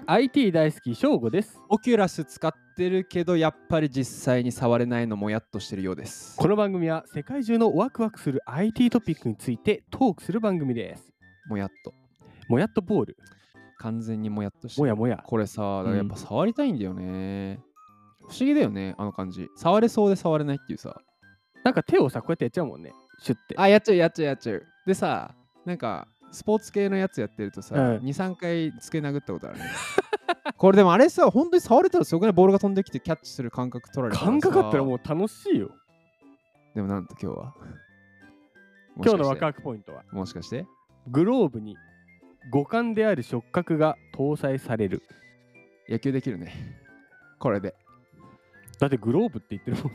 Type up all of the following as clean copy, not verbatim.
IT 大好き翔吾です。 オキュラス使ってるけどやっぱり実際に触れないのもやっとしてるようです。 この番組は世界中のワクワクする IT トピックについてトークする番組です。 もやっと。 もやっとボール。 完全にもやっとしてる。 もやもや。 これさ、だからやっぱ触りたいんだよね。不思議だよね、あの感じ。触れそうで触れないっていうさ。 なんか手をさ、こうやってやっちゃうもんね。シュッて。 あ、やっちゃう。でさ、なんかスポーツ系のやつやってるとさ、2、3回つけ殴ったことあるね。これでもあれさ、本当に触れたらすごくない？ボールが飛んできてキャッチする感覚取られたらさ。 感覚あったらもう楽しいよ。 でもなんと今日は今日のワクワクポイントはもしかしてグローブに五感である触覚が搭載される。 野球できるね。これで。 だってグローブって言ってるもん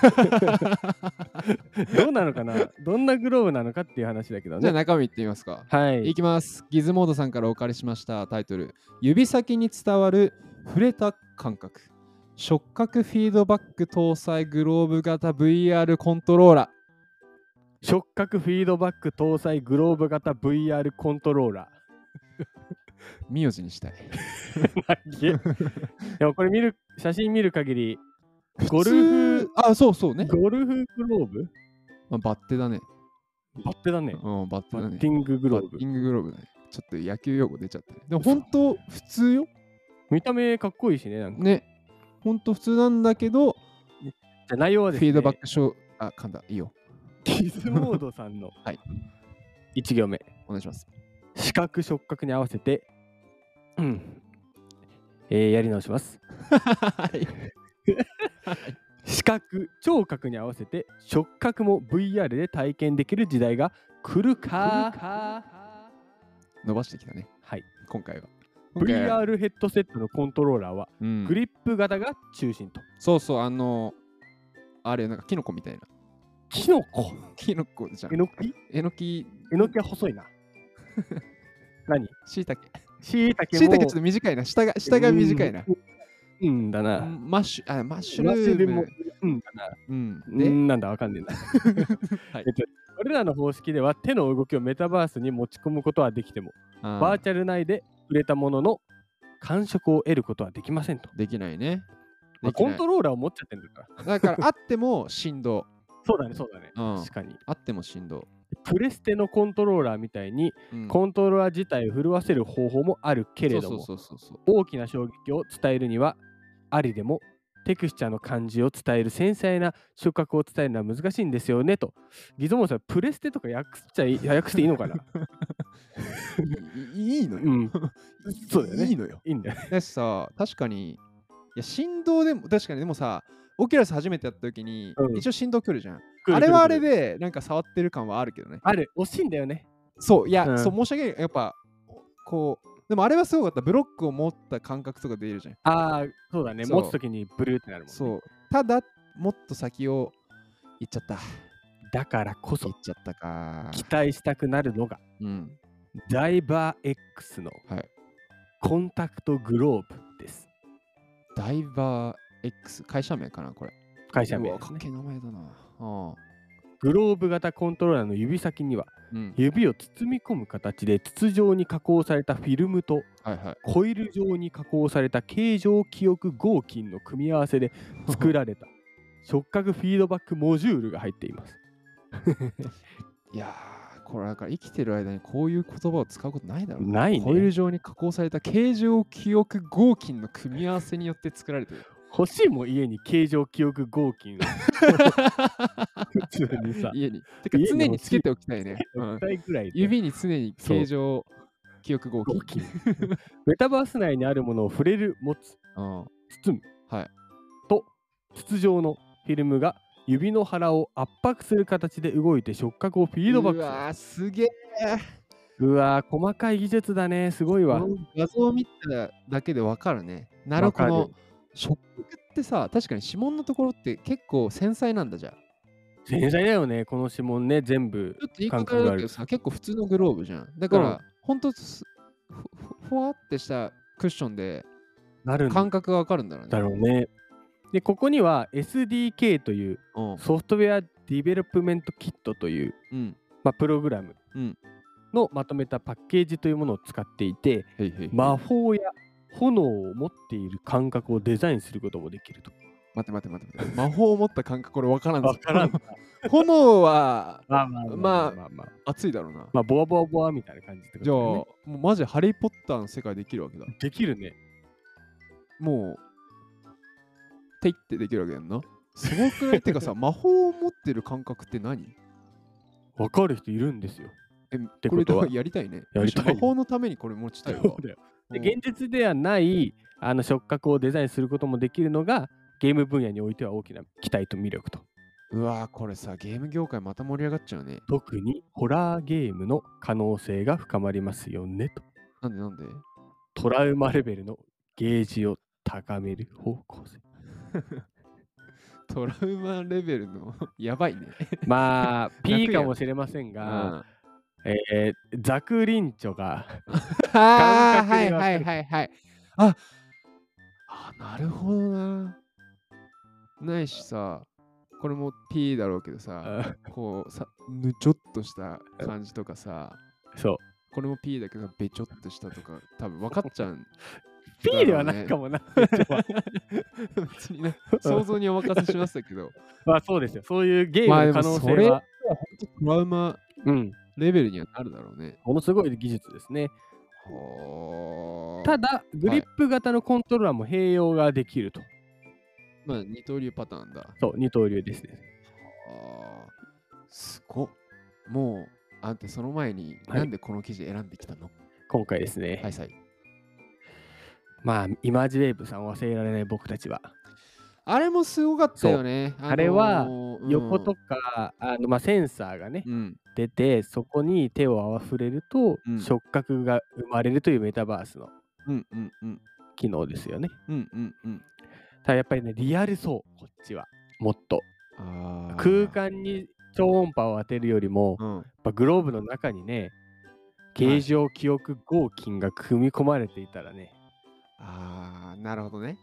ね。どうなのかな、どんなグローブなのかっていう話だけどね。 じゃあ中身いってみますか。 はい。 いきます。ギズモードさんからお借りしましたタイトル。指先に伝わる触れた感覚。触覚フィードバック搭載グローブ型 VR コントローラー。触覚フィードバック搭載グローブ型 VR コントローラー。 名字にしたい。 でもこれ写真見る限りゴルフ、あ、そうね。 ゴルフグローブ、 バッテだね。 バッテだね。 バッテだね。 バッティンググローブ。 バッティンググローブだね。ちょっと野球用語出ちゃったね。でも本当普通よ。 見た目かっこいいしね。なんかね。本当普通なんだけど、 じゃあ内容はですね、 フィードバック噛んだ。いいよ。 ギズモードさんのはい 1行目。 お願いします。 視覚触覚に合わせて、やり直します。視覚聴覚に合わせて触覚も VR で体験できる時代が来るか。 伸ばしてきたね。 はい。 今回は。 VR ヘッドセットのコントローラーは、グリップ型が中心と。 そう、あれなんかキノコみたいな。 キノコじゃん。 えのきは細いな。何？ しいたけもちょっと短いな。下が短いな。 だな。 マッシュルーム。 だな。なんだわかんねえな。これらの方式では手の動きをメタバースに持ち込むことはできても、バーチャル内で触れたものの感触を得ることはできませんと。 できないね。 コントローラーを持っちゃってんだから。 だからあっても振動。 そうだね。確かに。 あっても振動。 プレステのコントローラーみたいに、コントローラー自体を震わせる方法もあるけれども、大きな衝撃を伝えるにはありでもテクスチャーの感じを伝える繊細な触覚を伝えるのは難しいんですよねと。ギゾモンさん、プレステとか訳していいのかな？ いいのよ。 そうだよね。 いいのよ。 いいんだよ。 だしさ、確かに、いや振動でも、確かにでもさ、オキュラス初めてやった時に、一応振動来るじゃん。あれはあれで、なんか触ってる感はあるけどね。 ある。惜しいんだよね。 そう、いや、申し訳ない。やっぱ、こう、でもあれはすごかった。ブロックを持った感覚とか出るじゃん。 ああ、そうだね。持つときにブルーってなるもんね。 そう。ただ、もっと先を行っちゃった。 だからこそ、 行っちゃったか。 期待したくなるのが、ダイバー X のコンタクトグローブです。 ダイバー X、会社名かなこれ。 会社名ですね。 かっけえ名前だな。 グローブ型コントローラーの指先には、指を包み込む形で筒状に加工されたフィルムと、コイル状に加工された形状記憶合金の組み合わせで作られた触覚フィードバックモジュールが入っています。 いやー、これだから生きてる間にこういう言葉を使うことないだろう。 ないね。 コイル状に加工された形状記憶合金の組み合わせによって作られてる。 欲しいもん、家に形状記憶合金。普通にさ。 家に。てか常につけておきたいね。指に常に形状記憶合金。 メタバース内にあるものを触れる、持つ、包む。と、筒状のフィルムが指の腹を圧迫する形で動いて触覚をフィードバックする。 うわー、すげえ。 うわー、細かい技術だね。すごいわ。 画像を見ただけでわかるね。なるほど。触覚ってさ、確かに指紋のところって結構繊細なんだじゃん。 繊細だよね、この指紋ね、全部。 ちょっと言い方だけどさ、結構普通のグローブじゃん。だから、ほんと、ふわってしたクッションで感覚がわかるんだろうね。 だろうね。で、ここには SDK というソフトウェアディベロップメントキットという、プログラムのまとめたパッケージというものを使っていて、魔法や炎を持っている感覚をデザインすることもできると。 待って。魔法を持った感覚、これ分からんぞ。 わからん。 炎は、 まあ、 熱いだろうな。 まあ、ボワボワボワみたいな感じってことじゃあ、 だよね。 もうマジハリー・ポッターの世界できるわけだ。 できるね。 もう、ていってできるわけやんな。すごくない？てかさ、魔法を持ってる感覚って何？ わかる人いるんですよ。 てことはやりたいね。 やりたい。 魔法のためにこれ持ちたいわ。 そうだよ。で、現実ではない触覚をデザインすることもできるのがゲーム分野においては大きな期待と魅力と。 うわー、これさ、ゲーム業界また盛り上がっちゃうね。 特にホラーゲームの可能性が深まりますよねと。 なんでトラウマレベルのゲージを高める方向性。 トラウマレベルのやばいね。 まあ、P かもしれませんが、ザクリンチョがはい。なるほどな。ないしさ、これも P だろうけどさ、こうさ、ぬちょっとした感じとかさ、 そう。 これも P だけど、べちょっとしたとか、多分分かっちゃう。 P ではないかもな。 別にね、想像にお任せしましたけど。 まあそうですよ。そういうゲームの可能性は。それは本当トラウマレベルにはなるだろうね。 ものすごい技術ですね。ただ、グリップ型のコントローラーも併用ができると。 まあ、二刀流パターンだ。 そう、二刀流ですね。 すごっ。もう、あんたその前に、なんでこの記事選んできたの？ 今回ですね。 はい。 まあ、イマージウェーブさん忘れられない僕たちは。 あれもすごかったよね。 あれは、横とか、センサーがね、出て、そこに手を合わせれると、触覚が生まれるというメタバースの機能ですよね。ただやっぱりね、リアルそう、こっちは。もっと。空間に超音波を当てるよりも、グローブの中にね、形状記憶合金が組み込まれていたらね。 なるほどね。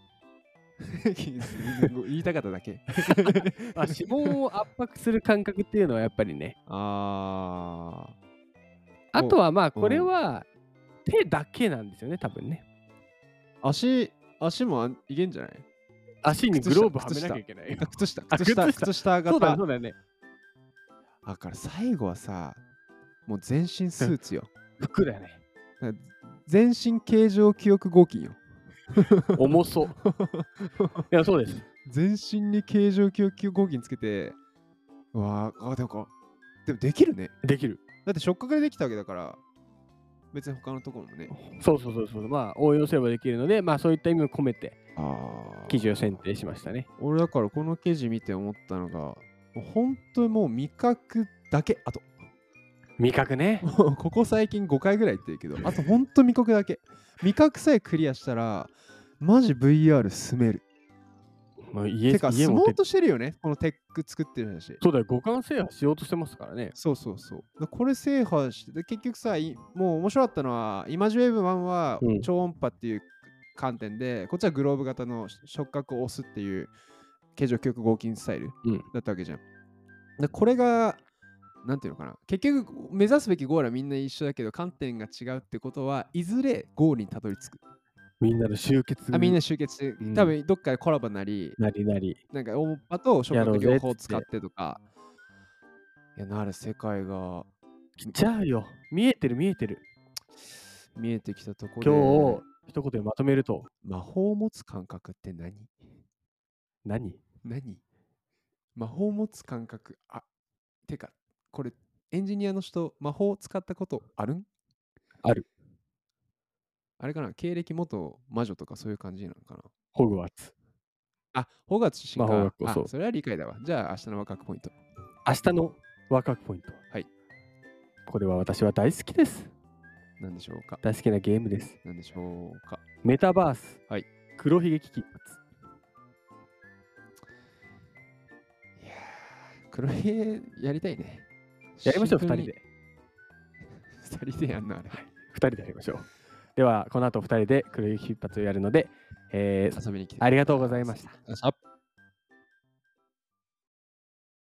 言いたかっただけ。 指紋を圧迫する感覚っていうのはやっぱりね。あとはまあこれは手だけなんですよね、多分ね。足もいけんじゃない？ 足にグローブはめなきゃいけない。 靴下型。 そうだよね。 だから最後はさ、もう全身スーツよ。 服だよね。 全身形状記憶合金よ。 重そう。いや、そうです。 全身に形状記憶合金つけて、でもできるね。 できる。 だって触覚でできたわけだから、別に他のところもね。 そう。まあ、応用すればできるので、まあそういった意味を込めて、記事を選定しましたね。 俺だからこの記事見て思ったのが、本当にもう味覚だけ、あと。 味覚ね。 ここ最近5回ぐらい言ってるけど、あと本当味覚だけ。味覚さえクリアしたら、マジ VR 進める。てか、進もうとしてるよね、このテック作ってるし。 そうだよ、五感制覇しようとしてますからね。 そう。これ制覇して、結局さ、もう面白かったのは、イマジウェーブ1は超音波っていう観点で、こっちはグローブ型の触覚を押すっていう形状記憶合金スタイルだったわけじゃん。でこれが、なんていうのかな、結局目指すべきゴールはみんな一緒だけど、観点が違うってことはいずれゴールにたどり着く。 みんなの集結。 みんな集結して、多分どっかでコラボなり、なんか音波と触覚両方使ってとか、いや、なる世界が。 来ちゃうよ。見えてる。 見えてきたところで。 今日、一言でまとめると。 魔法を持つ感覚って何？魔法を持つ感覚。てか、これ、エンジニアの人、魔法を使ったことある？ ある。 あれかな、経歴元魔女とかそういう感じなのかな。 ホグワーツ。 ホグワーツ出身か。 魔法学校、そう。 それは理解だわ。じゃあ、明日のワクワクポイント。 明日のワクワクポイント。 はい。 これは私は大好きです。 何でしょうか？ 大好きなゲームです。 何でしょうか？ メタバース。 はい。 黒ひげ危機一発。 いやー、黒ひげやりたいね。 やりましょう、2人で。 2人でやんのあれ。 2人でやりましょう。では、この後2人で黒ひげ一発をやるので、遊びに来てありがとうございました。